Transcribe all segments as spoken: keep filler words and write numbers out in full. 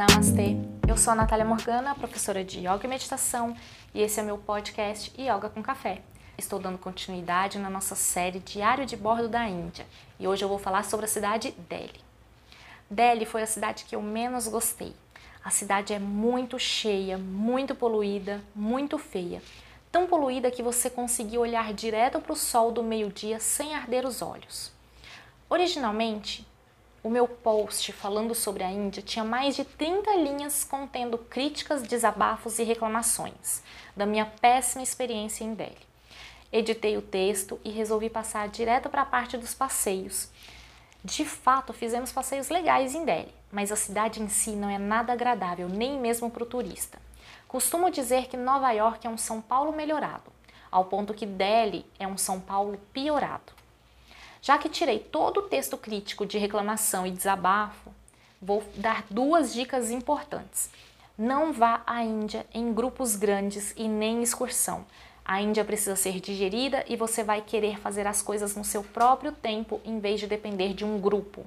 Namastê! Eu sou a Natália Morgana, professora de Yoga e Meditação, e esse é meu podcast Yoga com Café. Estou dando continuidade na nossa série Diário de Bordo da Índia, e hoje eu vou falar sobre a cidade Delhi. Delhi foi a cidade que eu menos gostei. A cidade é muito cheia, muito poluída, muito feia. Tão poluída que você conseguiu olhar direto para o sol do meio-dia sem arder os olhos. Originalmente, o meu post falando sobre a Índia tinha mais de trinta linhas contendo críticas, desabafos e reclamações da minha péssima experiência em Delhi. Editei o texto e resolvi passar direto para a parte dos passeios. De fato, fizemos passeios legais em Delhi, mas a cidade em si não é nada agradável, nem mesmo para o turista. Costumo dizer que Nova York é um São Paulo melhorado, ao ponto que Delhi é um São Paulo piorado. Já que tirei todo o texto crítico de reclamação e desabafo, vou dar duas dicas importantes. Não vá à Índia em grupos grandes e nem em excursão. A Índia precisa ser digerida e você vai querer fazer as coisas no seu próprio tempo em vez de depender de um grupo.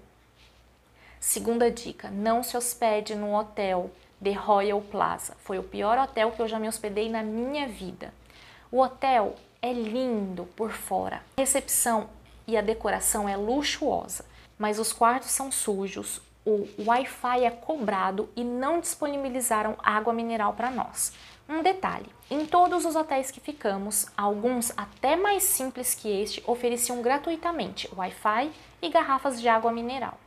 Segunda dica, não se hospede no hotel The Royal Plaza. Foi o pior hotel que eu já me hospedei na minha vida. O hotel é lindo por fora. A recepção e a decoração é luxuosa, mas os quartos são sujos, o Wi-Fi é cobrado e não disponibilizaram água mineral para nós. Um detalhe, em todos os hotéis que ficamos, alguns até mais simples que este ofereciam gratuitamente Wi-Fi e garrafas de água mineral.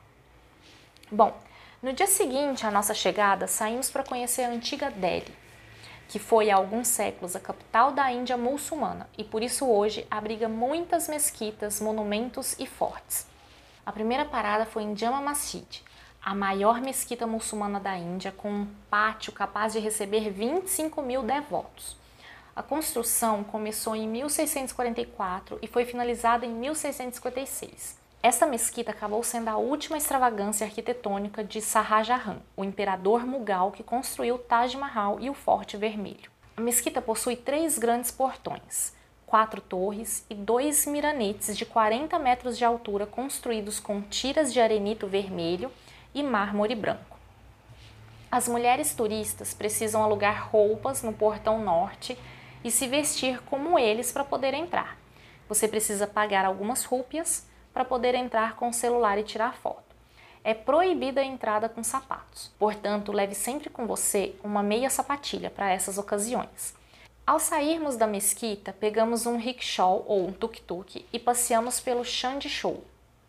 Bom, no dia seguinte à nossa chegada, saímos para conhecer a antiga Delhi, que foi há alguns séculos a capital da Índia muçulmana e por isso hoje abriga muitas mesquitas, monumentos e fortes. A primeira parada foi em Jama Masjid, a maior mesquita muçulmana da Índia, com um pátio capaz de receber vinte e cinco mil devotos. A construção começou em mil seiscentos e quarenta e quatro e foi finalizada em mil seiscentos e cinquenta e seis. Esta mesquita acabou sendo a última extravagância arquitetônica de Shah Jahan, o imperador mughal que construiu o Taj Mahal e o Forte Vermelho. A mesquita possui três grandes portões, quatro torres e dois miranetes de quarenta metros de altura construídos com tiras de arenito vermelho e mármore branco. As mulheres turistas precisam alugar roupas no portão norte e se vestir como eles para poder entrar. Você precisa pagar algumas rúpias para poder entrar com o celular e tirar foto. É proibida a entrada com sapatos, portanto, leve sempre com você uma meia sapatilha para essas ocasiões. Ao sairmos da mesquita, pegamos um rickshaw ou um tuk-tuk e passeamos pelo Chandi Chowk,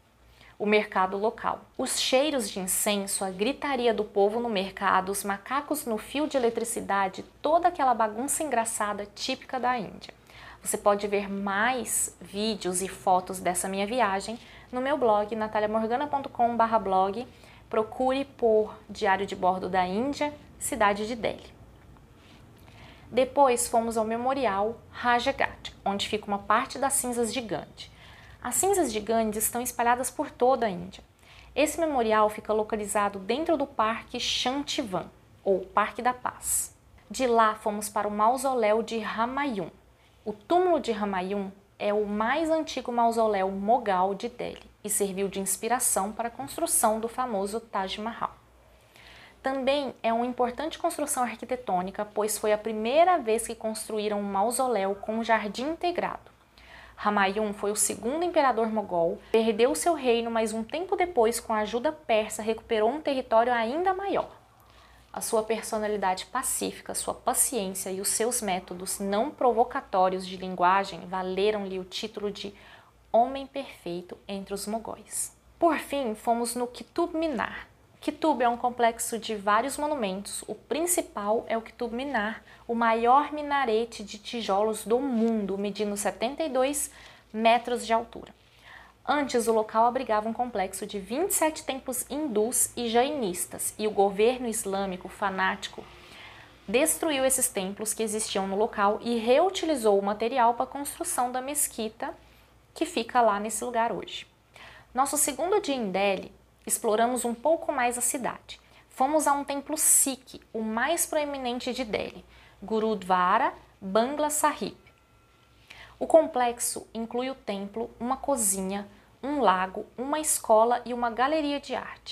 o mercado local. Os cheiros de incenso, a gritaria do povo no mercado, os macacos no fio de eletricidade, toda aquela bagunça engraçada típica da Índia. Você pode ver mais vídeos e fotos dessa minha viagem no meu blog natalia morgana ponto com barra blog. Procure por Diário de Bordo da Índia, cidade de Delhi. Depois fomos ao memorial Rajghat, onde fica uma parte das cinzas de Gandhi. As cinzas de Gandhi estão espalhadas por toda a Índia. Esse memorial fica localizado dentro do Parque Shantivan, ou Parque da Paz. De lá fomos para o mausoléu de Ramayun. O túmulo de Ramayun é o mais antigo mausoléu mogal de Delhi e serviu de inspiração para a construção do famoso Taj Mahal. Também é uma importante construção arquitetônica, pois foi a primeira vez que construíram um mausoléu com um jardim integrado. Ramayun foi o segundo imperador mogol, perdeu seu reino, mas um tempo depois, com a ajuda persa, recuperou um território ainda maior. A sua personalidade pacífica, sua paciência e os seus métodos não provocatórios de linguagem valeram-lhe o título de Homem Perfeito entre os mogóis. Por fim, fomos no Qutub Minar. Qutub é um complexo de vários monumentos. O principal é o Qutub Minar, o maior minarete de tijolos do mundo, medindo setenta e dois metros de altura. Antes, o local abrigava um complexo de vinte e sete templos hindus e jainistas, e o governo islâmico fanático destruiu esses templos que existiam no local e reutilizou o material para a construção da mesquita que fica lá nesse lugar hoje. Nosso segundo dia em Delhi, exploramos um pouco mais a cidade. Fomos a um templo Sikh, o mais proeminente de Delhi, Gurudwara Bangla Sahib. O complexo inclui o templo, uma cozinha, um lago, uma escola e uma galeria de arte.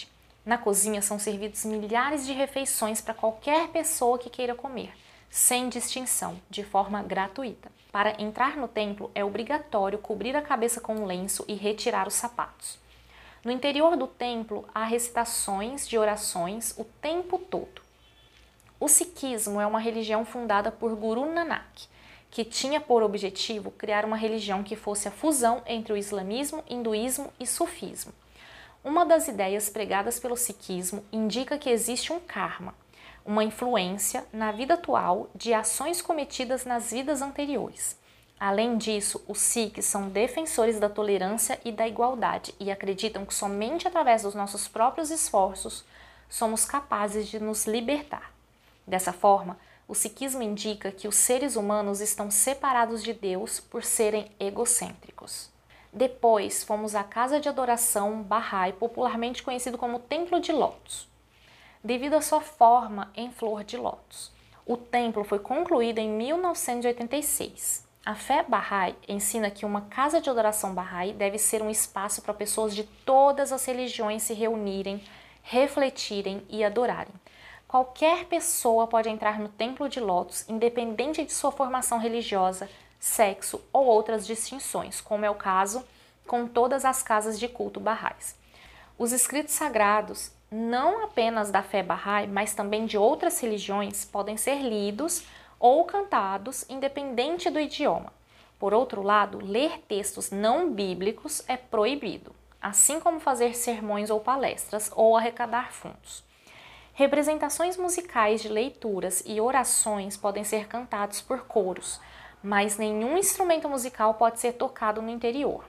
Na cozinha são servidos milhares de refeições para qualquer pessoa que queira comer, sem distinção, de forma gratuita. Para entrar no templo é obrigatório cobrir a cabeça com um lenço e retirar os sapatos. No interior do templo há recitações de orações o tempo todo. O sikhismo é uma religião fundada por Guru Nanak, que tinha por objetivo criar uma religião que fosse a fusão entre o islamismo, hinduísmo e sufismo. Uma das ideias pregadas pelo sikhismo indica que existe um karma, uma influência na vida atual de ações cometidas nas vidas anteriores. Além disso, os sikhs são defensores da tolerância e da igualdade e acreditam que somente através dos nossos próprios esforços somos capazes de nos libertar. Dessa forma, o sikhismo indica que os seres humanos estão separados de Deus por serem egocêntricos. Depois, fomos à casa de adoração Bahá'í, popularmente conhecido como Templo de Lótus, devido à sua forma em flor de lótus. O templo foi concluído em mil novecentos e oitenta e seis. A fé Bahá'í ensina que uma casa de adoração Bahá'í deve ser um espaço para pessoas de todas as religiões se reunirem, refletirem e adorarem. Qualquer pessoa pode entrar no Templo de Lótus, independente de sua formação religiosa, sexo ou outras distinções, como é o caso com todas as casas de culto Bahá'ís. Os escritos sagrados, não apenas da fé Bahá'í, mas também de outras religiões, podem ser lidos ou cantados, independente do idioma. Por outro lado, ler textos não bíblicos é proibido, assim como fazer sermões ou palestras ou arrecadar fundos. Representações musicais de leituras e orações podem ser cantados por coros, mas nenhum instrumento musical pode ser tocado no interior.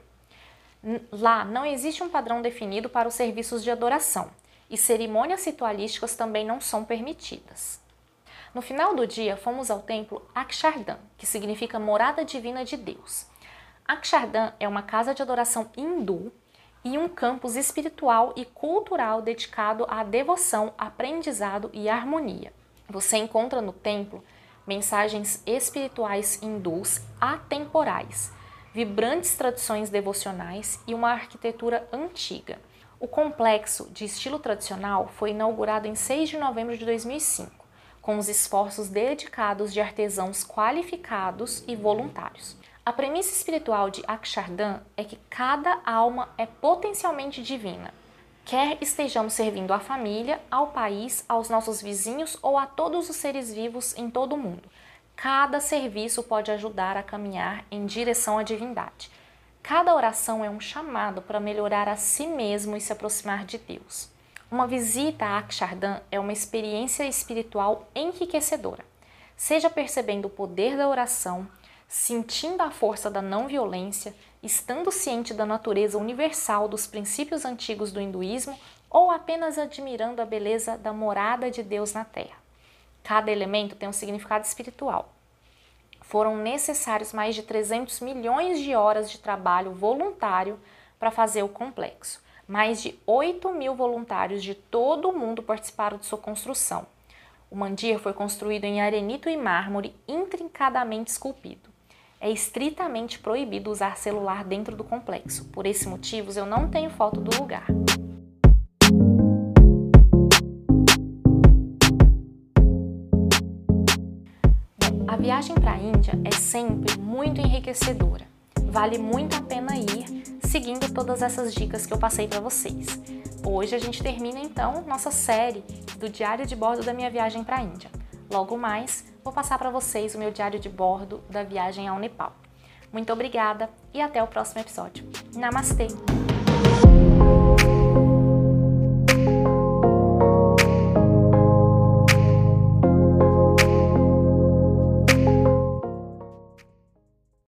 Lá não existe um padrão definido para os serviços de adoração, e cerimônias ritualísticas também não são permitidas. No final do dia, fomos ao templo Akshardham, que significa morada divina de Deus. Akshardham é uma casa de adoração hindu e um campus espiritual e cultural dedicado à devoção, aprendizado e harmonia. Você encontra no templo mensagens espirituais hindus atemporais, vibrantes tradições devocionais e uma arquitetura antiga. O complexo, de estilo tradicional, foi inaugurado em seis de novembro de dois mil e cinco, com os esforços dedicados de artesãos qualificados e voluntários. A premissa espiritual de Akshardham é que cada alma é potencialmente divina, quer estejamos servindo à família, ao país, aos nossos vizinhos ou a todos os seres vivos em todo o mundo. Cada serviço pode ajudar a caminhar em direção à divindade. Cada oração é um chamado para melhorar a si mesmo e se aproximar de Deus. Uma visita a Akshardham é uma experiência espiritual enriquecedora. Seja percebendo o poder da oração, sentindo a força da não violência, estando ciente da natureza universal dos princípios antigos do hinduísmo ou apenas admirando a beleza da morada de Deus na Terra. Cada elemento tem um significado espiritual. Foram necessários mais de trezentos milhões de horas de trabalho voluntário para fazer o complexo. Mais de oito mil voluntários de todo o mundo participaram de sua construção. O mandir foi construído em arenito e mármore intrincadamente esculpido. É estritamente proibido usar celular dentro do complexo. Por esse motivo, eu não tenho foto do lugar. A viagem para a Índia é sempre muito enriquecedora. Vale muito a pena ir, seguindo todas essas dicas que eu passei para vocês. Hoje a gente termina então nossa série do diário de bordo da minha viagem para a Índia. Logo mais, vou passar para vocês o meu diário de bordo da viagem ao Nepal. Muito obrigada e até o próximo episódio. Namastê!